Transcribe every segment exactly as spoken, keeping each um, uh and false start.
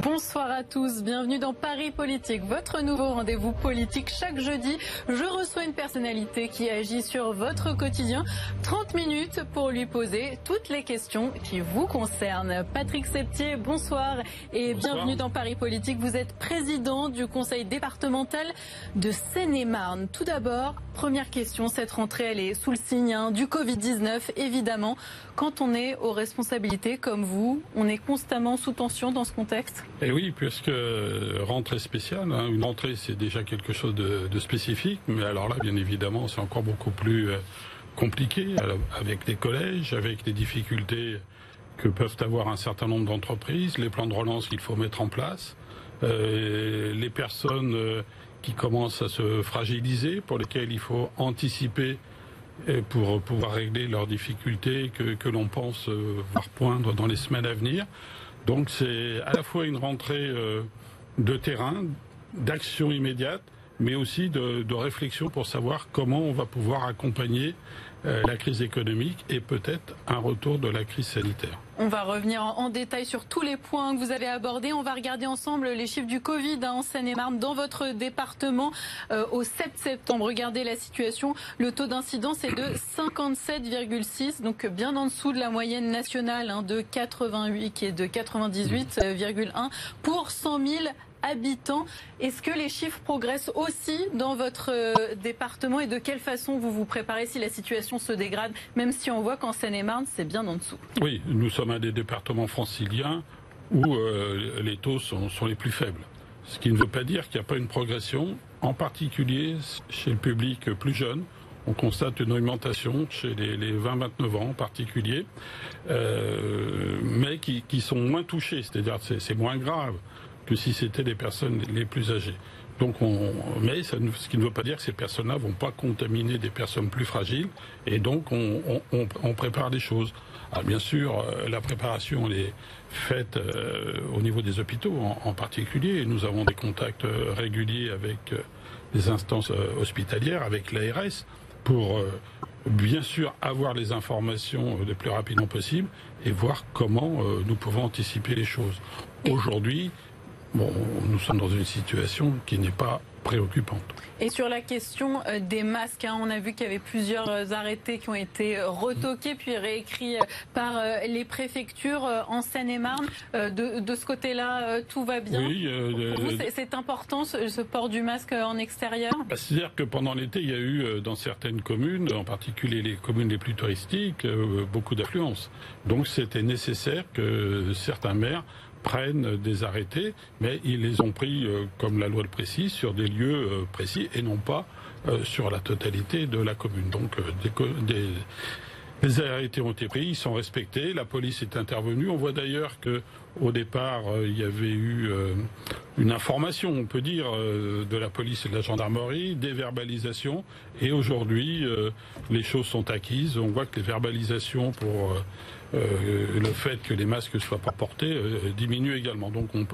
Bonsoir à tous, bienvenue dans Paris Politique, votre nouveau rendez-vous politique. Chaque jeudi, je reçois une personnalité qui agit sur votre quotidien. trente minutes pour lui poser toutes les questions qui vous concernent. Patrick Septier, bonsoir et bonsoir. Bienvenue dans Paris Politique. Vous êtes président du conseil départemental de Seine-et-Marne. Tout d'abord, première question, cette rentrée elle est sous le signe hein, du Covid dix-neuf, évidemment. Quand on est aux responsabilités comme vous, on est constamment sous tension dans ce contexte? Eh oui, puisque rentrée spéciale, hein, une rentrée c'est déjà quelque chose de, de spécifique, mais alors là, bien évidemment, c'est encore beaucoup plus euh, compliqué, alors, avec les collèges, avec les difficultés que peuvent avoir un certain nombre d'entreprises, les plans de relance qu'il faut mettre en place, euh, les personnes euh, qui commencent à se fragiliser, pour lesquelles il faut anticiper pour pouvoir régler leurs difficultés que, que l'on pense euh, voir poindre dans les semaines à venir. Donc c'est à la fois une rentrée euh, de terrain, d'action immédiate, mais aussi de, de réflexion pour savoir comment on va pouvoir accompagner euh, la crise économique et peut-être un retour de la crise sanitaire. On va revenir en détail sur tous les points que vous avez abordés. On va regarder ensemble les chiffres du Covid hein, en Seine-et-Marne, dans votre département. Euh, au sept septembre, regardez la situation. Le taux d'incidence est de cinquante-sept virgule six, donc bien en dessous de la moyenne nationale hein, de quatre-vingt-huit, qui est de quatre-vingt-dix-huit virgule un pour cent mille habitants. Est-ce que les chiffres progressent aussi dans votre euh, département et de quelle façon vous vous préparez si la situation se dégrade, même si on voit qu'en Seine-et-Marne, c'est bien en dessous? Oui, nous sommes un des départements franciliens où euh, les taux sont, sont les plus faibles. Ce qui ne veut pas dire qu'il n'y a pas une progression, en particulier chez le public plus jeune. On constate une augmentation chez les, les vingt à vingt-neuf ans en particulier, euh, mais qui, qui sont moins touchés, c'est-à-dire que c'est moins grave que si c'était des personnes les plus âgées. Donc on, mais ça, ce qui ne veut pas dire que ces personnes-là ne vont pas contaminer des personnes plus fragiles, et donc on, on, on prépare les choses. Alors bien sûr, la préparation elle est faite euh, au niveau des hôpitaux en, en particulier, et nous avons des contacts réguliers avec euh, les instances euh, hospitalières, avec l'A R S, pour euh, bien sûr avoir les informations le plus rapidement possible et voir comment euh, nous pouvons anticiper les choses. Aujourd'hui, bon, nous sommes dans une situation qui n'est pas préoccupante. Et sur la question des masques, hein, on a vu qu'il y avait plusieurs arrêtés qui ont été retoqués puis réécrits par les préfectures en Seine-et-Marne. De, de ce côté-là, tout va bien? Oui. Euh, Pour vous, c'est important ce, ce port du masque en extérieur? Bah, c'est-à-dire que pendant l'été, il y a eu dans certaines communes, en particulier les communes les plus touristiques, beaucoup d'affluence. Donc c'était nécessaire que certains maires prennent des arrêtés, mais ils les ont pris, euh, comme la loi le précise, sur des lieux euh, précis et non pas euh, sur la totalité de la commune. Donc euh, des, des, les arrêtés ont été pris, ils sont respectés, la police est intervenue. On voit d'ailleurs que au départ, euh, il y avait eu euh, une information, on peut dire, euh, de la police et de la gendarmerie, des verbalisations, et aujourd'hui, euh, les choses sont acquises. On voit que les verbalisations pour euh, Euh, le fait que les masques ne soient pas portés euh, diminue également. Donc on,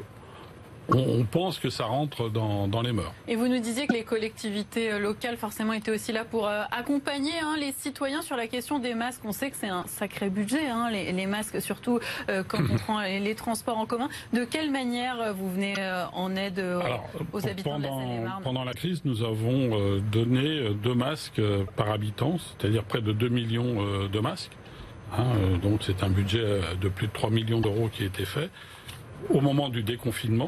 on, on pense que ça rentre dans, dans les mœurs. Et vous nous disiez que les collectivités locales forcément étaient aussi là pour euh, accompagner hein, les citoyens sur la question des masques. On sait que c'est un sacré budget, hein, les, les masques, surtout euh, quand on prend les, les transports en commun. De quelle manière vous venez euh, en aide euh, Alors, aux habitants pendant, de la Seine-et-Marne? Pendant la crise, nous avons euh, donné deux masques euh, par habitant, c'est-à-dire près de deux millions euh, de masques. Hein, euh, donc c'est un budget de plus de trois millions d'euros qui a été fait au moment du déconfinement.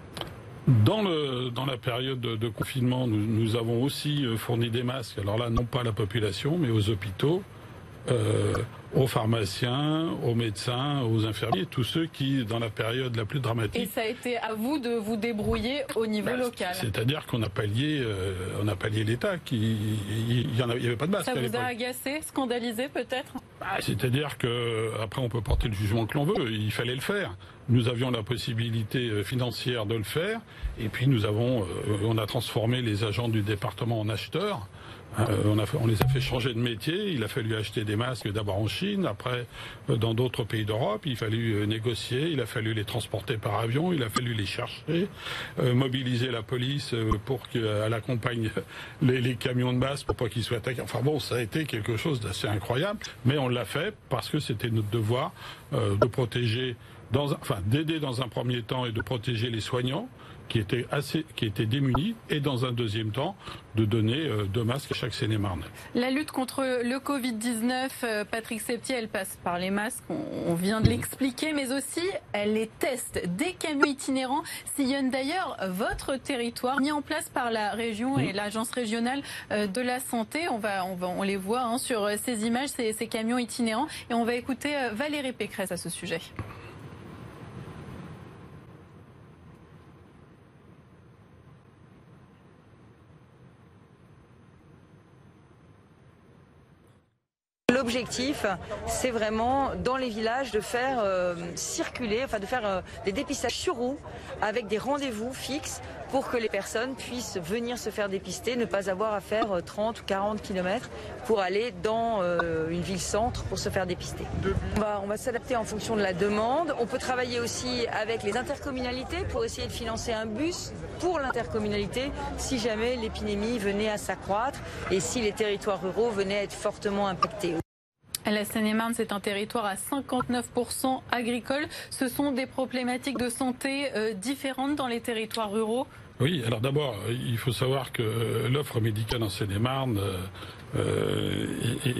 Dans, le, dans la période de, de confinement, nous, nous avons aussi fourni des masques, alors là non pas à la population, mais aux hôpitaux, euh, aux pharmaciens, aux médecins, aux infirmiers, tous ceux qui, dans la période la plus dramatique... Et ça a été à vous de vous débrouiller au niveau bah, local. C'est-à-dire qu'on a pallié, euh, on a pallié l'État, qui, il n'y avait pas de masque. Ça vous a agacé, scandalisé peut-être? bah, C'est-à-dire que après on peut porter le jugement que l'on veut, il fallait le faire. Nous avions la possibilité financière de le faire, et puis nous avons, euh, on a transformé les agents du département en acheteurs. Euh, on, a fait, on les a fait changer de métier. Il a fallu acheter des masques d'abord en Chine, après euh, dans d'autres pays d'Europe. Il a fallu euh, négocier, il a fallu les transporter par avion, il a fallu les chercher, euh, mobiliser la police euh, pour qu'elle accompagne les, les camions de masques pour pas qu'ils soient attaqués. Enfin bon, ça a été quelque chose d'assez incroyable, mais on l'a fait parce que c'était notre devoir euh, de protéger dans, enfin, d'aider dans un premier temps et de protéger les soignants qui étaient assez, qui étaient démunis, et dans un deuxième temps, de donner euh, deux masques à chaque Seine-et-Marne. La lutte contre le Covid dix-neuf, euh, Patrick Septier, elle passe par les masques, on, on vient de l'expliquer, mais aussi elle les teste. Des camions itinérants sillonnent d'ailleurs votre territoire, mis en place par la région mmh. et l'agence régionale euh, de la santé. On va, on va, on les voit hein, sur ces images, ces, ces camions itinérants, et on va écouter euh, Valérie Pécresse à ce sujet. L'objectif, c'est vraiment dans les villages de faire euh, circuler, enfin de faire euh, des dépistages sur roue avec des rendez-vous fixes pour que les personnes puissent venir se faire dépister, ne pas avoir à faire trente ou quarante kilomètres pour aller dans euh, une ville-centre pour se faire dépister. On va, on va s'adapter en fonction de la demande. On peut travailler aussi avec les intercommunalités pour essayer de financer un bus pour l'intercommunalité si jamais l'épidémie venait à s'accroître et si les territoires ruraux venaient à être fortement impactés. La Seine-et-Marne, c'est un territoire à cinquante-neuf pour cent agricole. Ce sont des problématiques de santé euh, différentes dans les territoires ruraux? Oui, alors d'abord, il faut savoir que l'offre médicale en Seine-et-Marne euh, est,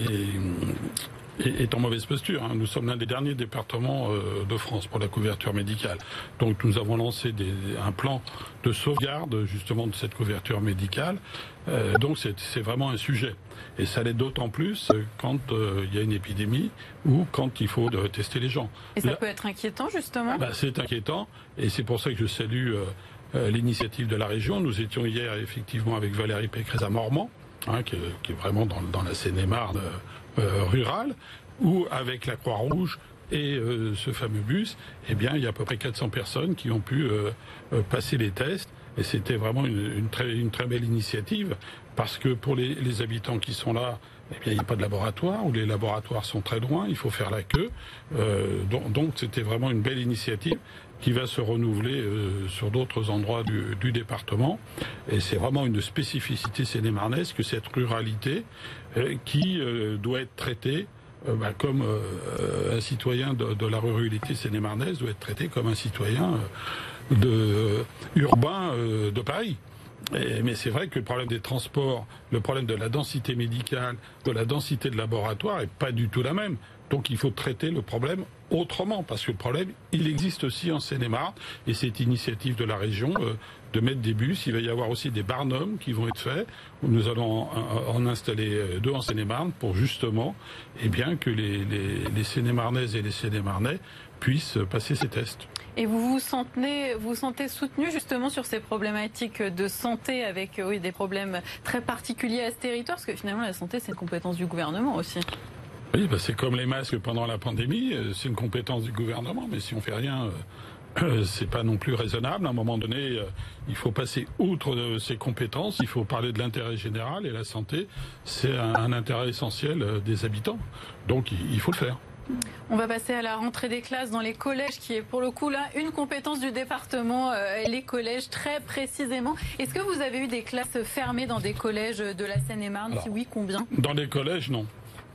est, est en mauvaise posture. Hein. Nous sommes l'un des derniers départements euh, de France pour la couverture médicale. Donc nous avons lancé des, un plan de sauvegarde justement de cette couverture médicale. Euh, donc c'est vraiment un sujet. Et ça l'est d'autant plus quand euh, il y a une épidémie ou quand il faut euh, tester les gens. Et ça Là, peut être inquiétant justement bah, c'est inquiétant et c'est pour ça que je salue euh, euh, l'initiative de la région. Nous étions hier effectivement avec Valérie Pécresse à Mormant, hein, qui, qui est vraiment dans, dans la Seine-et-Marne euh, rurale, où avec la Croix-Rouge et euh, ce fameux bus, eh bien, il y a à peu près quatre cents personnes qui ont pu euh, euh, passer les tests. Et c'était vraiment une, une, très, une très belle initiative parce que pour les, les habitants qui sont là, eh bien, il n'y a pas de laboratoire ou les laboratoires sont très loin, il faut faire la queue. Euh, donc, donc c'était vraiment une belle initiative qui va se renouveler euh, sur d'autres endroits du, du département. Et c'est vraiment une spécificité seine-et-marnaise que cette ruralité euh, qui euh, doit être traitée Euh, bah, comme euh, un citoyen de, de la ruralité seine-et-marnaise doit être traité comme un citoyen euh, de, euh, urbain euh, de Paris. Et, mais c'est vrai que le problème des transports, le problème de la densité médicale, de la densité de laboratoire est pas du tout la même. Donc il faut traiter le problème autrement, parce que le problème, il existe aussi en Seine-et-Marne, et cette initiative de la région euh, de mettre des bus, il va y avoir aussi des barnums qui vont être faits, nous allons en, en installer deux en Seine-et-Marne pour justement eh bien, que les, les, les Seine-et-Marnaises et les Seine-et-Marnais puissent passer ces tests. Et vous vous sentez, vous sentez soutenu justement sur ces problématiques de santé avec oui, des problèmes très particuliers à ce territoire, parce que finalement la santé c'est une compétence du gouvernement aussi. Oui, bah c'est comme les masques pendant la pandémie, c'est une compétence du gouvernement, mais si on fait rien, euh, c'est pas non plus raisonnable. À un moment donné, euh, il faut passer outre de ces compétences, il faut parler de l'intérêt général, et la santé, c'est un, un intérêt essentiel des habitants. Donc il, il faut le faire. On va passer à la rentrée des classes dans les collèges, qui est pour le coup là une compétence du département, euh, les collèges très précisément. Est-ce que vous avez eu des classes fermées dans des collèges de la Seine-et-Marne? Si oui, combien? Dans les collèges, non.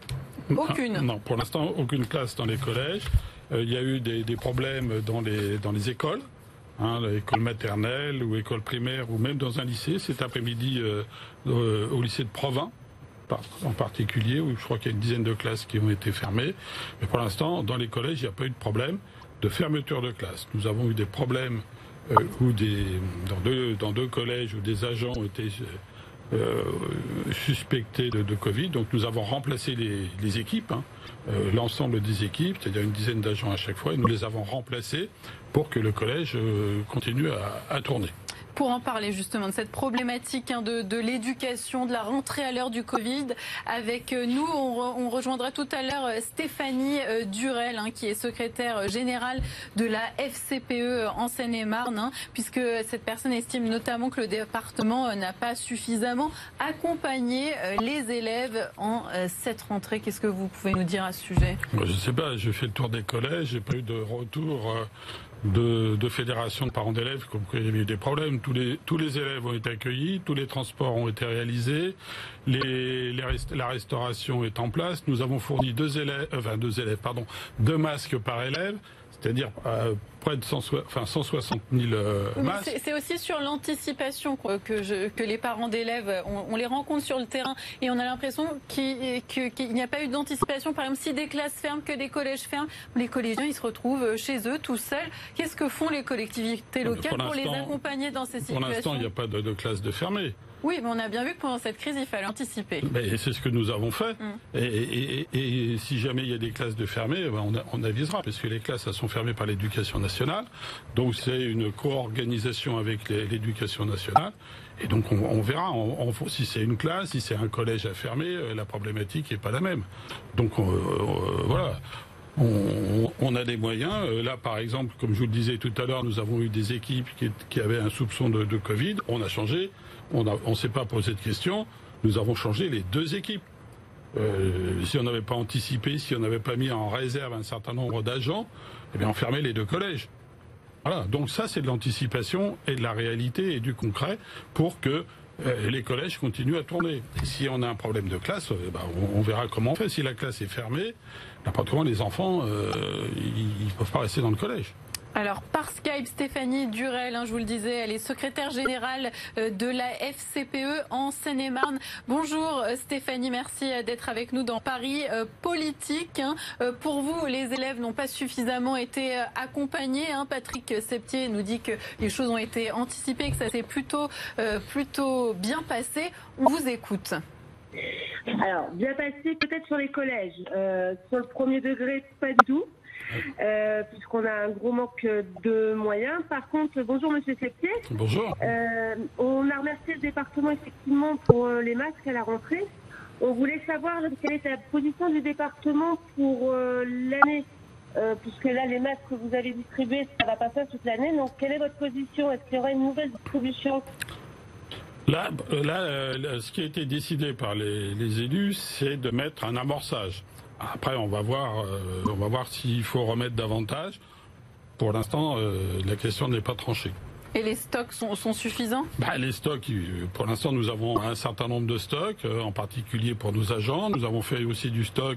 Aucune? Non, pour l'instant, aucune classe dans les collèges. Euh, il y a eu des, des problèmes dans les, dans les écoles, hein, l'école maternelle ou école primaire, ou même dans un lycée. Cet après-midi, euh, euh, au lycée de Provins, en particulier, où je crois qu'il y a une dizaine de classes qui ont été fermées. Mais pour l'instant, dans les collèges, il n'y a pas eu de problème de fermeture de classe. Nous avons eu des problèmes euh, où des, dans, deux, dans deux collèges où des agents ont été euh, suspectés de, de Covid. Donc nous avons remplacé les, les équipes, hein, euh, l'ensemble des équipes, c'est-à-dire une dizaine d'agents à chaque fois, et nous les avons remplacés pour que le collège euh, continue à, à tourner. Pour en parler justement de cette problématique hein, de, de l'éducation, de la rentrée à l'heure du Covid, avec nous, on, re, on rejoindra tout à l'heure Stéphanie euh, Durel, hein, qui est secrétaire générale de la F C P E en Seine-et-Marne, hein, puisque cette personne estime notamment que le département euh, n'a pas suffisamment accompagné euh, les élèves en euh, cette rentrée. Qu'est-ce que vous pouvez nous dire à ce sujet? Je ne sais pas, j'ai fait le tour des collèges, j'ai pas eu de retour euh, de, de fédération de parents d'élèves, comme il y avait eu des problèmes. Tous les, tous les élèves ont été accueillis, tous les transports ont été réalisés, les, les rest, la restauration est en place. Nous avons fourni deux élèves, enfin deux élèves, pardon, deux masques par élève. c'est-à-dire euh, près de cent soixante mille euh, masques. C'est aussi sur l'anticipation que, je, que les parents d'élèves, on, on les rencontre sur le terrain et on a l'impression qu'il qu'il n'y a pas eu d'anticipation. Par exemple, si des classes ferment, que des collèges ferment, les collégiens ils se retrouvent chez eux tout seuls. Qu'est-ce que font les collectivités locales pour, pour les accompagner dans ces situations? Pour l'instant, il n'y a pas de, de classe de fermée. Oui, mais on a bien vu que pendant cette crise, il fallait anticiper. C'est ce que nous avons fait. Mmh. Et, et, et, et si jamais il y a des classes de fermées, ben on, on avisera, parce que les classes elles sont fermées par l'éducation nationale. Donc c'est une co-organisation avec l'éducation nationale. Et donc on, on verra, on, on, si c'est une classe, si c'est un collège à fermer, la problématique n'est pas la même. Donc on, euh, voilà. On, on a des moyens. Là, par exemple, comme je vous le disais tout à l'heure, nous avons eu des équipes qui, qui avaient un soupçon de, de Covid. On a changé. On ne s'est pas posé de questions. Nous avons changé les deux équipes. Euh, si on n'avait pas anticipé, si on n'avait pas mis en réserve un certain nombre d'agents, eh bien on fermait les deux collèges. Voilà. Donc ça, c'est de l'anticipation et de la réalité et du concret pour que euh, les collèges continuent à tourner. Et si on a un problème de classe, euh, bah, on, on verra comment on fait. Si la classe est fermée, n'importe comment, les enfants, euh, ils ne peuvent pas rester dans le collège. Alors, par Skype, Stéphanie Durel, hein, je vous le disais, elle est secrétaire générale de la F C P E en Seine-et-Marne. Bonjour Stéphanie, merci d'être avec nous dans Paris euh, Politique. Hein. Pour vous, les élèves n'ont pas suffisamment été accompagnés. Hein. Patrick Septier nous dit que les choses ont été anticipées, que ça s'est plutôt, euh, plutôt bien passé. On vous écoute. Alors, bien passé peut-être sur les collèges. Euh, sur le premier degré, pas du tout. Euh, puisqu'on a un gros manque de moyens. Par contre, bonjour Monsieur Septier. Bonjour. Euh, on a remercié le département effectivement pour euh, les masques à la rentrée. On voulait savoir quelle est la position du département pour euh, l'année, euh, puisque là les masques que vous avez distribués, ça va pas faire toute l'année. Donc quelle est votre position? Est-ce qu'il y aura une nouvelle distribution? Là, là, ce qui a été décidé par les, les élus, c'est de mettre un amorçage. Après, on va voir, euh, on va voir s'il faut remettre davantage. Pour l'instant, euh, la question n'est pas tranchée. Et les stocks sont, sont suffisants? Bah, les stocks, pour l'instant, nous avons un certain nombre de stocks, euh, en particulier pour nos agents. Nous avons fait aussi du stock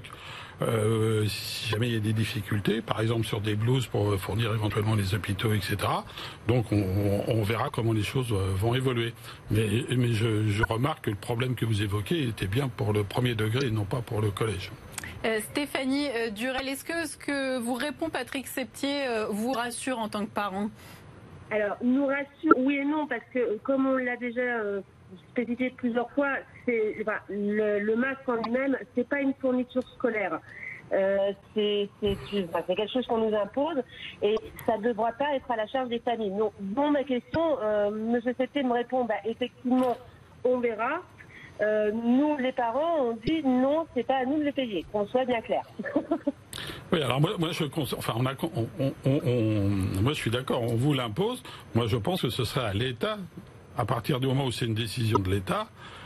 euh, si jamais il y a des difficultés, par exemple sur des blouses pour fournir éventuellement les hôpitaux, et cetera. Donc, on, on verra comment les choses vont évoluer. Mais, mais je, je remarque que le problème que vous évoquez était bien pour le premier degré et non pas pour le collège. Euh, Stéphanie euh, Durel, est-ce que ce que vous répond Patrick Septier euh, vous rassure en tant que parent? Alors, nous rassure, oui et non, parce que comme on l'a déjà euh, spécifié plusieurs fois, c'est enfin, le, le masque en lui-même, c'est pas une fourniture scolaire. Euh, c'est enfin, quelque chose qu'on nous impose et ça ne devra pas être à la charge des familles. Donc, bon, ma question, euh, Monsieur Septier me répond, bah, effectivement, on verra. Euh, nous, les parents, on dit non, c'est pas à nous de les payer, qu'on soit bien clair. Oui, alors moi, moi je, enfin, on a, on, on, on, moi je suis d'accord, on vous l'impose. Moi, je pense que ce sera à l'État, à partir du moment où c'est une décision de l'État,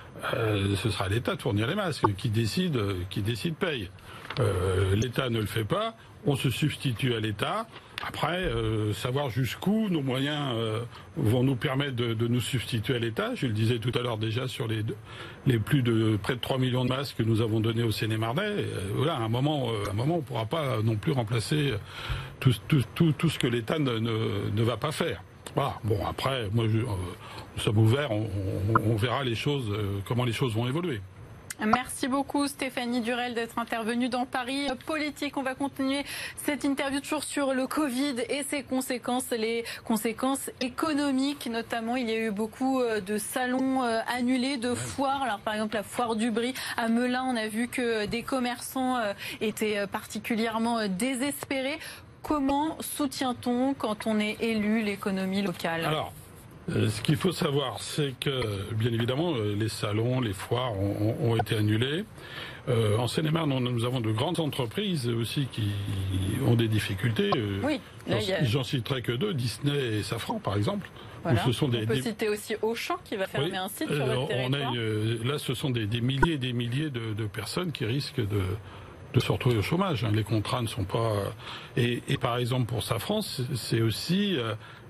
euh, ce sera à l'État de fournir les masques, qui décide, qui décide paye. Euh, L'État ne le fait pas, on se substitue à l'État. Après, euh, savoir jusqu'où nos moyens euh, vont nous permettre de, de nous substituer à l'État. Je le disais tout à l'heure déjà sur les, les plus de près de trois millions de masques que nous avons donnés au Seine-et-Marnais. Euh, voilà, à un moment, euh, à un moment, on ne pourra pas non plus remplacer tout, tout, tout, tout ce que l'État ne, ne, ne va pas faire. Voilà. Bon, après, moi, je, euh, nous sommes ouverts. On, on, on verra les choses, euh, comment les choses vont évoluer. Merci beaucoup Stéphanie Durel d'être intervenue dans Paris Politique. On va continuer cette interview toujours sur le Covid et ses conséquences, les conséquences économiques notamment. Il y a eu beaucoup de salons annulés, de foires. Alors par exemple la foire du Brie à Melun, on a vu que des commerçants étaient particulièrement désespérés. Comment soutient-on quand on est élu l'économie locale ? Alors, Euh, ce qu'il faut savoir, c'est que, bien évidemment, euh, les salons, les foires ont, ont été annulés. Euh, en Seine-et-Marne, nous avons de grandes entreprises aussi qui ont des difficultés. Euh, oui, j'en a... citerai que deux, Disney et Safran, par exemple. Voilà. Où ce sont des, on peut des... citer aussi Auchan qui va fermer oui. un site sur votre territoire. On a une... Là, ce sont des, des milliers et des milliers de, de personnes qui risquent de... de se retrouver au chômage. Les contrats ne sont pas... Et, et par exemple, pour Safran, c'est aussi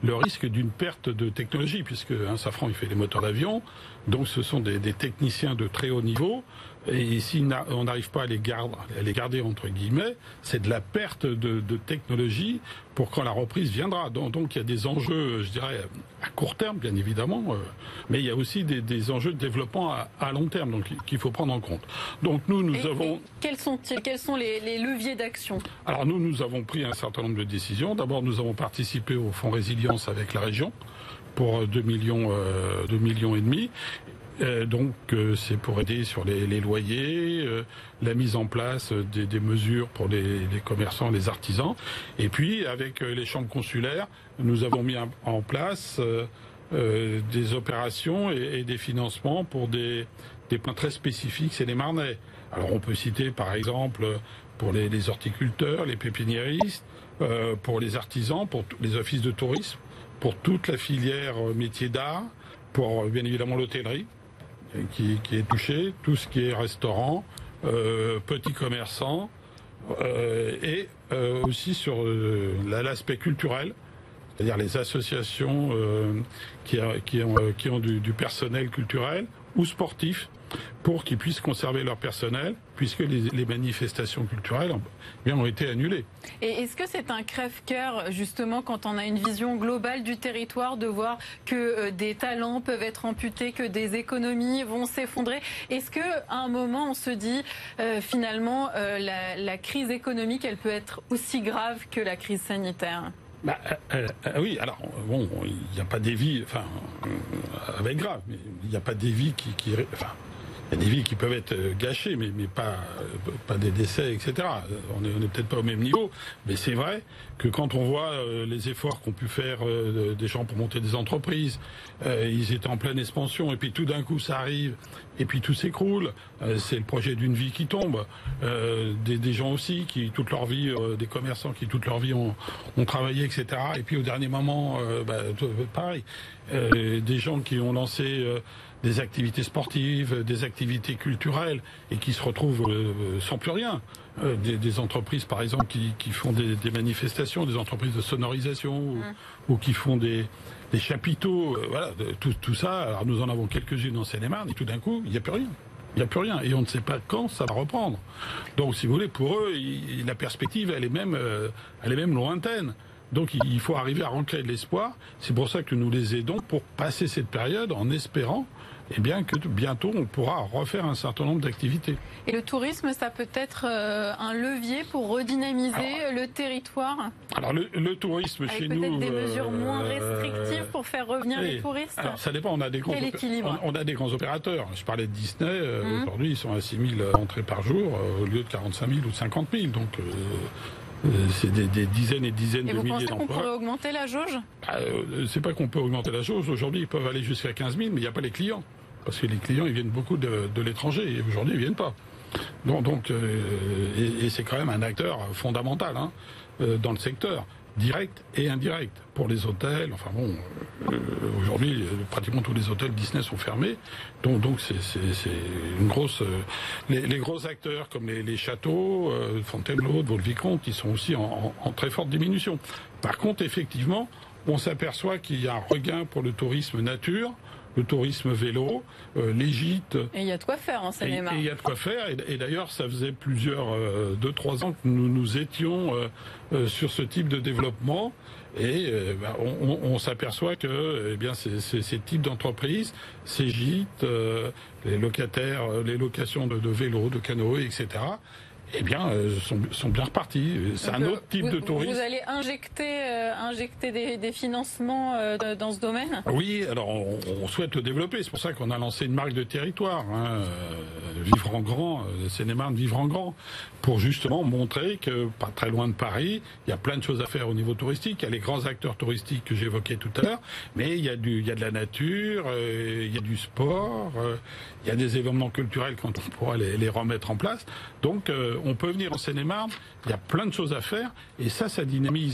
le risque d'une perte de technologie, puisque hein, Safran il fait les moteurs d'avion, donc ce sont des, des techniciens de très haut niveau, et si on n'arrive pas à les, garder, à les garder entre guillemets, c'est de la perte de, de technologie pour quand la reprise viendra. Donc, donc il y a des enjeux, je dirais, à court terme bien évidemment, euh, mais il y a aussi des, des enjeux de développement à, à long terme, donc qu'il faut prendre en compte. Donc nous, nous et, avons... Et quels sont-ils, quels sont les, les leviers d'action? Alors nous, nous avons pris un certain nombre de décisions. D'abord, nous avons participé au Fonds Résilience avec la région pour deux millions, euh, deux millions et demi. Euh, donc euh, c'est pour aider sur les, les loyers, euh, la mise en place des, des mesures pour les, les commerçants, les artisans. Et puis avec euh, les chambres consulaires, nous avons mis en place euh, euh, des opérations et, et des financements pour des, des points très spécifiques, c'est les Marnais. Alors on peut citer par exemple pour les, les horticulteurs, les pépiniéristes, euh, pour les artisans, pour les offices de tourisme, pour toute la filière euh, métiers d'art, pour bien évidemment l'hôtellerie qui, qui est touchée, tout ce qui est restaurant, euh, petits commerçants, euh, et euh, aussi sur euh, l'aspect culturel, c'est-à-dire les associations euh, qui, a, qui ont, qui ont du, du personnel culturel ou sportif, pour qu'ils puissent conserver leur personnel, puisque les, les manifestations culturelles bien, ont été annulées. Et est-ce que c'est un crève-cœur, justement, quand on a une vision globale du territoire, de voir que euh, des talents peuvent être amputés, que des économies vont s'effondrer? Est-ce qu'à un moment, on se dit, euh, finalement, euh, la, la crise économique, elle peut être aussi grave que la crise sanitaire? Bah, euh, euh, oui, alors, bon, il n'y a pas des vies, enfin, euh, avec grave, mais il n'y a pas des vies qui... qui enfin, il y a des vies qui peuvent être gâchées, mais, mais pas, pas des décès, et cetera. On n'est on est peut-être pas au même niveau, mais c'est vrai que quand on voit euh, les efforts qu'ont pu faire euh, des gens pour monter des entreprises, euh, ils étaient en pleine expansion, et puis tout d'un coup ça arrive, et puis tout s'écroule. Euh, c'est le projet d'une vie qui tombe. Euh, des, des gens aussi qui toute leur vie, euh, des commerçants qui toute leur vie ont, ont travaillé, et cetera. Et puis au dernier moment, euh, bah, pareil. Euh, des gens qui ont lancé euh, des activités sportives, des activités culturelles, et qui se retrouvent euh, sans plus rien. Euh, des, des entreprises, par exemple, qui, qui font des, des manifestations, des entreprises de sonorisation, ou, mmh. ou qui font des, des chapiteaux, euh, voilà, de, tout, tout ça. Alors nous en avons quelques-unes en Seine-et-Marne, et tout d'un coup, il n'y a plus rien. Il n'y a plus rien, et on ne sait pas quand ça va reprendre. Donc, si vous voulez, pour eux, il, la perspective, elle est même, euh, elle est même lointaine. Donc il faut arriver à recréer de l'espoir. C'est pour ça que nous les aidons pour passer cette période en espérant eh bien, que bientôt on pourra refaire un certain nombre d'activités. Et le tourisme, ça peut être euh, un levier pour redynamiser alors, le territoire? Alors le, le tourisme avec chez nous... peut-être des euh, mesures moins restrictives pour faire revenir oui. les touristes? Alors ça dépend, on a des grands, Quel équilibre? on, on a des grands opérateurs. Je parlais de Disney, euh, mmh. aujourd'hui ils sont à six mille entrées par jour euh, au lieu de quarante-cinq mille ou de cinquante mille. Donc... Euh, c'est des, des dizaines et dizaines et de milliers d'emplois. Et vous pensez qu'on pourrait augmenter la jauge? euh, C'est pas qu'on peut augmenter la jauge. Aujourd'hui, ils peuvent aller jusqu'à quinze mille, mais il n'y a pas les clients. Parce que les clients, ils viennent beaucoup de, de l'étranger, et aujourd'hui, ils viennent pas. Donc, donc euh, et, et c'est quand même un acteur fondamental hein, euh, dans le secteur, direct et indirect. Pour les hôtels, enfin bon, euh, aujourd'hui, pratiquement tous les hôtels Disney sont fermés. Donc, donc c'est, c'est, c'est une grosse... Euh, les, les gros acteurs comme les, les châteaux, euh, Fontainebleau, Vaux-le-Vicomte, ils sont aussi en, en, en très forte diminution. Par contre, effectivement, on s'aperçoit qu'il y a un regain pour le tourisme nature, le tourisme vélo, euh, les gîtes. Et il y a de quoi faire en Seine-et-Marne. Et il y a de quoi faire. Et, et d'ailleurs, ça faisait plusieurs, euh, deux, trois ans que nous, nous étions euh, euh, sur ce type de développement. Et euh, bah, on, on s'aperçoit que, eh bien, c'est, c'est, ces types d'entreprises, ces gîtes, euh, les locataires, les locations de, de vélos, de canoës, et cetera, eh bien, euh, sont, sont bien repartis. C'est un autre type vous, de tourisme. Vous allez injecter, euh, injecter des, des financements euh, dans ce domaine? Oui, alors on, on souhaite le développer. C'est pour ça qu'on a lancé une marque de territoire, hein, euh, Vivre en grand, euh, Seine-et-Marne Vivre en grand, pour justement montrer que, pas très loin de Paris, il y a plein de choses à faire au niveau touristique. Il y a les grands acteurs touristiques que j'évoquais tout à l'heure, mais il y a, du, il y a de la nature, euh, il y a du sport, euh, il y a des événements culturels quand on pourra les, les remettre en place. Donc, euh, on peut venir en Seine-et-Marne, il y a plein de choses à faire, et ça, ça dynamise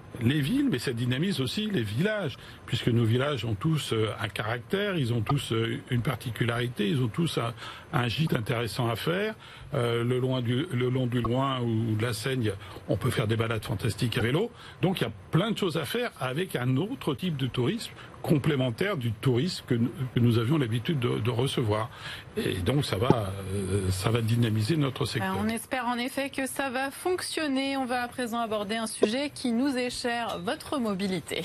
les villes, mais ça dynamise aussi les villages, puisque nos villages ont tous un caractère, ils ont tous une particularité, ils ont tous un, un gîte intéressant à faire. Euh, le, loin du, le long du Loing ou de la Seine, on peut faire des balades fantastiques à vélo. Donc il y a plein de choses à faire avec un autre type de tourisme complémentaire du tourisme que, que nous avions l'habitude de, de recevoir. Et donc ça va, euh, ça va dynamiser notre secteur. On espère en effet que ça va fonctionner. On va à présent aborder un sujet qui nous est cher, votre mobilité.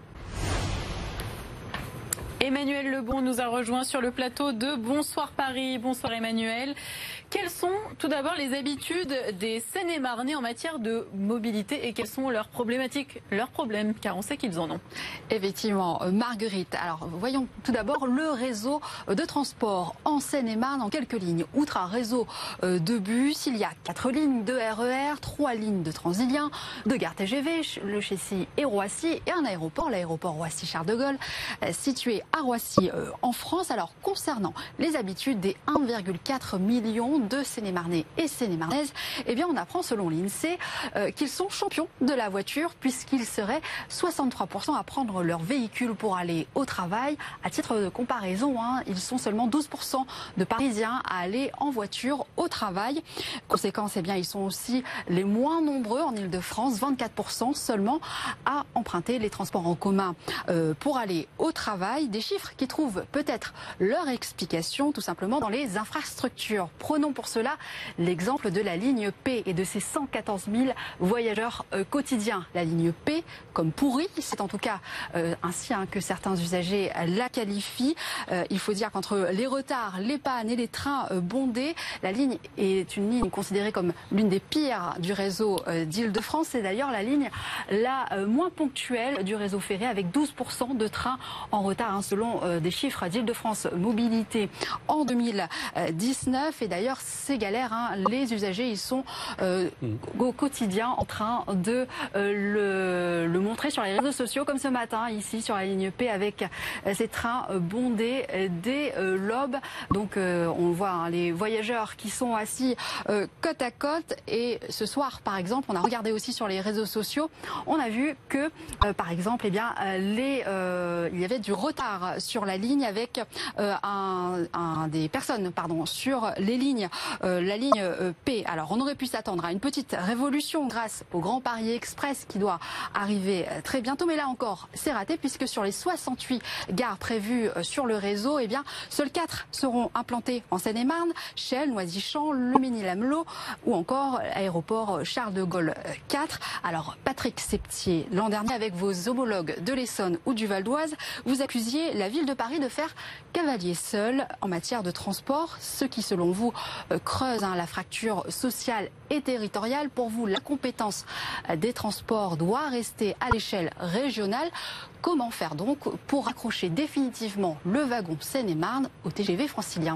Emmanuel Lebon nous a rejoint sur le plateau de Bonsoir Paris. Bonsoir Emmanuel. Quelles sont tout d'abord les habitudes des Seine-et-Marnais en matière de mobilité et quelles sont leurs problématiques, leurs problèmes, car on sait qu'ils en ont? Effectivement, Marguerite. Alors voyons tout d'abord le réseau de transport en Seine-et-Marne en quelques lignes. Outre un réseau de bus, il y a quatre lignes de R E R, trois lignes de Transilien, deux gares T G V, le Chessy et Roissy et un aéroport, l'aéroport Roissy-Charles de Gaulle, situé à Roissy en France. Alors concernant les habitudes des un virgule quatre million de Seine-et-Marnais et Seine-et-Marnaises, eh bien on apprend selon l'INSEE euh, qu'ils sont champions de la voiture puisqu'ils seraient soixante-trois pour cent à prendre leur véhicule pour aller au travail. À titre de comparaison, hein, ils sont seulement douze pour cent de Parisiens à aller en voiture au travail. Conséquence, eh bien ils sont aussi les moins nombreux en Ile-de-France, vingt-quatre pour cent seulement à emprunter les transports en commun euh, pour aller au travail. Des chiffres qui trouvent peut-être leur explication tout simplement dans les infrastructures. Prenons pour cela l'exemple de la ligne P et de ses cent quatorze mille voyageurs euh, quotidiens. La ligne P, comme pourrie, c'est en tout cas euh, ainsi hein, que certains usagers la qualifient. Euh, il faut dire qu'entre les retards, les pannes et les trains euh, bondés, la ligne est une ligne considérée comme l'une des pires du réseau euh, d'Île-de-France. C'est d'ailleurs la ligne la euh, moins ponctuelle du réseau ferré avec douze pour cent de trains en retard hein, selon euh, des chiffres d'Île-de-France Mobilité en deux mille dix-neuf. Et d'ailleurs, ces galères, hein, les usagers, ils sont euh, au quotidien en train de euh, le, le montrer sur les réseaux sociaux, comme ce matin, ici, sur la ligne P, avec euh, ces trains euh, bondés euh, dès euh, l'aube. Donc, euh, on voit hein, les voyageurs qui sont assis euh, côte à côte. Et ce soir, par exemple, on a regardé aussi sur les réseaux sociaux, on a vu que, euh, par exemple, eh bien, euh, les, euh, il y avait du retard sur la ligne avec euh, un, un des personnes, pardon, sur les lignes, euh, la ligne euh, P. Alors on aurait pu s'attendre à une petite révolution grâce au Grand Paris Express qui doit arriver euh, très bientôt, mais là encore c'est raté puisque sur les soixante-huit gares prévues euh, sur le réseau, eh bien seules quatre seront implantées en Seine-et-Marne, Chelles, Noisy-Champs, Le Mesnil-Amelot ou encore l'aéroport Charles de Gaulle quatre. Alors Patrick Septier, l'an dernier avec vos homologues de l'Essonne ou du Val d'Oise, vous accusiez la ville de Paris de faire cavalier seul en matière de transport, ce qui selon vous euh, creuse hein, la fracture sociale et territoriale. Pour vous, la compétence euh, des transports doit rester à l'échelle régionale. Comment faire donc pour raccrocher définitivement le wagon Seine-et-Marne au T G V francilien?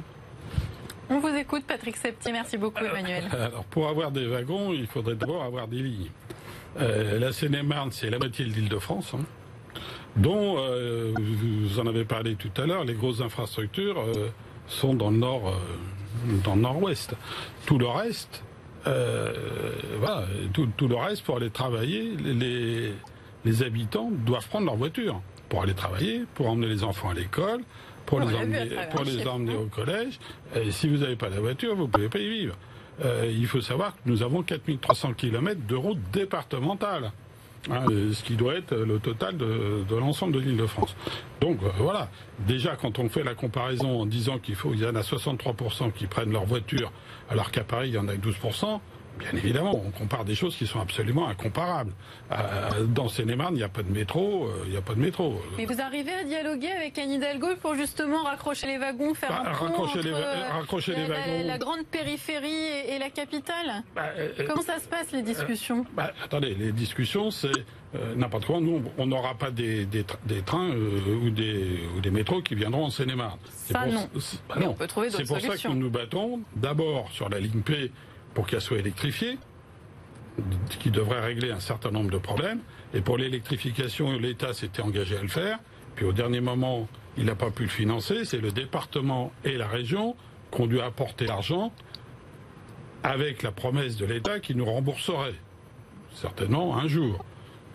On vous écoute, Patrick Septier. Merci beaucoup, Emmanuel. Alors, pour avoir des wagons, il faudrait d'abord avoir des lignes. Euh, la Seine-et-Marne, c'est la moitié de l'Île-de-France, hein, dont, euh, vous en avez parlé tout à l'heure, les grosses infrastructures euh, sont dans le nord, euh, dans le nord-ouest. Tout le reste, euh, voilà, tout, tout le reste pour aller travailler, les, les habitants doivent prendre leur voiture pour aller travailler, pour emmener les enfants à l'école, pour, les emmener, pour les emmener au collège. Et si vous n'avez pas la voiture, vous ne pouvez pas y vivre. Euh, il faut savoir que nous avons quatre mille trois cents kilomètres de routes départementales. Hein, ce qui doit être le total de, de l'ensemble de l'Île-de-France. Donc euh, voilà, déjà quand on fait la comparaison en disant qu'il faut, il y en a soixante-trois pour cent qui prennent leur voiture, alors qu'à Paris il y en a que douze pour cent, bien évidemment, on compare des choses qui sont absolument incomparables. Euh, dans Seine-et-Marne, il n'y a pas de métro, euh, il n'y a pas de métro. Mais vous arrivez à dialoguer avec Anne Hidalgo pour justement raccrocher les wagons, faire bah, un pont raccrocher entre les, euh, raccrocher la, les wagons. La, la grande périphérie et, et la capitale bah, euh, Comment ça se passe, les discussions euh, bah, Attendez, les discussions, c'est euh, n'importe quoi. Nous, on n'aura pas des, des, des trains euh, ou, des, ou des métros qui viendront en Seine-et-Marne. Ça, pour, non. Bah, non. On peut trouver d'autres solutions. C'est pour ça que nous nous battons d'abord sur la ligne P pour qu'elle soit électrifiée, qui devrait régler un certain nombre de problèmes. Et pour l'électrification, l'État s'était engagé à le faire. Puis au dernier moment, il n'a pas pu le financer. C'est le département et la région qui ont dû apporter l'argent avec la promesse de l'État qui nous rembourserait. Certainement un jour.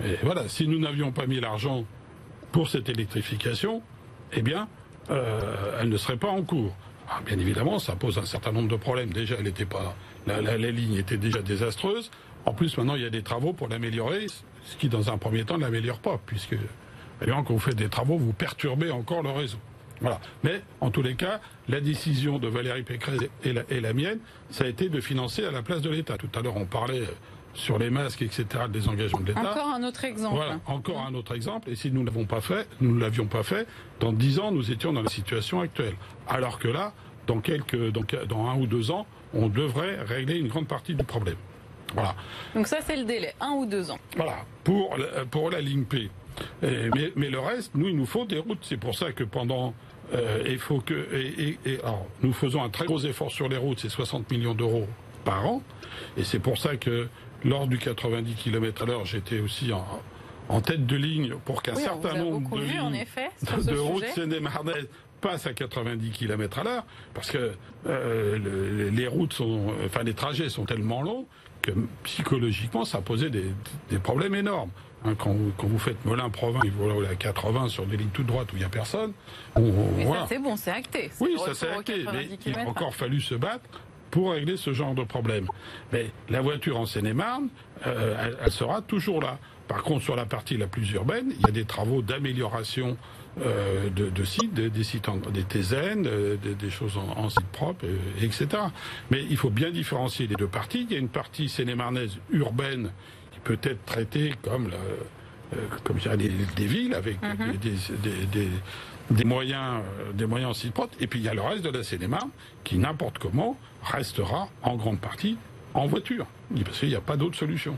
Et voilà, si nous n'avions pas mis l'argent pour cette électrification, eh bien, euh, elle ne serait pas en cours. Alors, bien évidemment, ça pose un certain nombre de problèmes. Déjà, elle était pas, la, la, la ligne était déjà désastreuse. En plus, maintenant, il y a des travaux pour l'améliorer, ce qui, dans un premier temps, ne l'améliore pas, puisque, évidemment, quand vous faites des travaux, vous perturbez encore le réseau. Voilà. Mais, en tous les cas, la décision de Valérie Pécresse et la, et la mienne, ça a été de financer à la place de l'État. Tout à l'heure, on parlait sur les masques, et cetera, des engagements de l'État. Encore un autre exemple. Voilà, encore un autre exemple. Et si nous ne l'avons pas fait, nous ne l'avions pas fait, dans dix ans, nous étions dans la situation actuelle. Alors que là, dans quelques, dans, dans un ou deux ans, on devrait régler une grande partie du problème. Voilà. Donc ça, c'est le délai, un ou deux ans. Voilà, pour, pour la ligne P. Et, mais, mais le reste, nous, il nous faut des routes. C'est pour ça que pendant... Euh, il faut que... Et, et, et, alors, nous faisons un très gros effort sur les routes, c'est soixante millions d'euros par an. Et c'est pour ça que lors du quatre-vingt-dix kilomètres à l'heure, j'étais aussi en, en tête de ligne pour qu'un oui, certain nombre de vu, lignes en effet, de routes seine-et-marnaises passent à quatre-vingt-dix kilomètres à l'heure, parce que euh, le, les routes sont, enfin les trajets sont tellement longs que psychologiquement ça posait des, des problèmes énormes. Hein, quand, vous, quand vous faites Melun-Provins, il faut aller à quatre-vingts sur des lignes toutes droites où il n'y a personne. On, mais voilà. ça c'est bon, c'est acté. Oui, ça c'est acté, mais il a encore fallu se battre pour régler ce genre de problème. Mais la voiture en Seine-et-Marne, euh, elle, elle sera toujours là. Par contre, sur la partie la plus urbaine, il y a des travaux d'amélioration euh, de, de sites, des, des sites, en, des T Z N, euh, des, des choses en, en site propre, euh, et cetera. Mais il faut bien différencier les deux parties. Il y a une partie seine-et-marnaise urbaine qui peut être traitée comme, la, euh, comme je dirais, des, des villes avec mm-hmm. des, des, des, des moyens, euh, des moyens en site propre. Et puis il y a le reste de la Seine-et-Marne qui, n'importe comment, restera en grande partie en voiture, parce qu'il n'y a pas d'autre solution.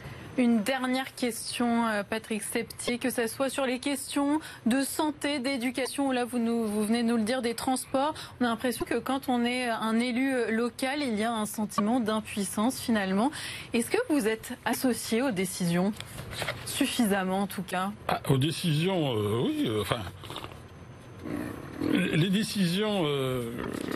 Une dernière question, Patrick Septier, que ce soit sur les questions de santé, d'éducation, ou là vous, nous, vous venez de nous le dire, des transports, on a l'impression que quand on est un élu local, il y a un sentiment d'impuissance finalement. Est-ce que vous êtes associé aux décisions suffisamment en tout cas? Ah, aux décisions, euh, oui, euh, enfin, les décisions... Euh,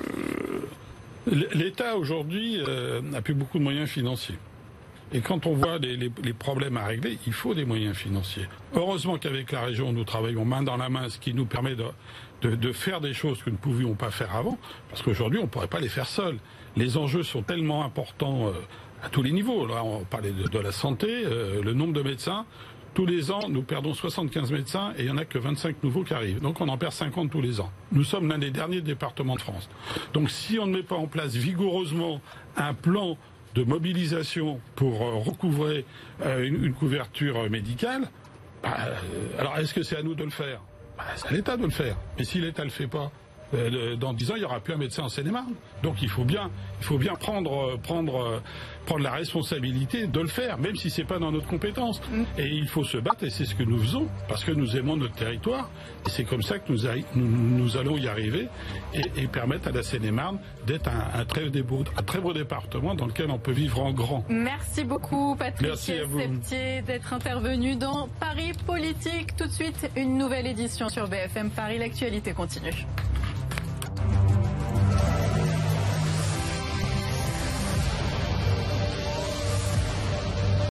L'État aujourd'hui euh, n'a plus beaucoup de moyens financiers. Et quand on voit les, les, les problèmes à régler, il faut des moyens financiers. Heureusement qu'avec la région, nous travaillons main dans la main, ce qui nous permet de, de, de faire des choses que nous ne pouvions pas faire avant, parce qu'aujourd'hui, on ne pourrait pas les faire seuls. Les enjeux sont tellement importants euh, à tous les niveaux. Là, on parlait de, de la santé, euh, le nombre de médecins. Tous les ans, nous perdons soixante-quinze médecins et il n'y en a que vingt-cinq nouveaux qui arrivent. Donc on en perd cinquante tous les ans. Nous sommes l'un des derniers départements de France. Donc si on ne met pas en place vigoureusement un plan de mobilisation pour euh, recouvrer euh, une, une couverture médicale, bah, euh, alors est-ce que c'est à nous de le faire? Bah, c'est à l'État de le faire. Mais si l'État ne le fait pas, euh, dans dix ans, il n'y aura plus un médecin en Seine-et-Marne. Donc il faut bien, il faut bien prendre, prendre, prendre la responsabilité de le faire, même si c'est pas dans notre compétence. Mm. Et il faut se battre, et c'est ce que nous faisons, parce que nous aimons notre territoire. Et c'est comme ça que nous, nous, nous allons y arriver et, et permettre à la Seine-et-Marne d'être un, un, très beau, un très beau département dans lequel on peut vivre en grand. Merci beaucoup, Patrick Septier, d'être intervenu dans Paris Politique. Tout de suite, une nouvelle édition sur B F M Paris. L'actualité continue.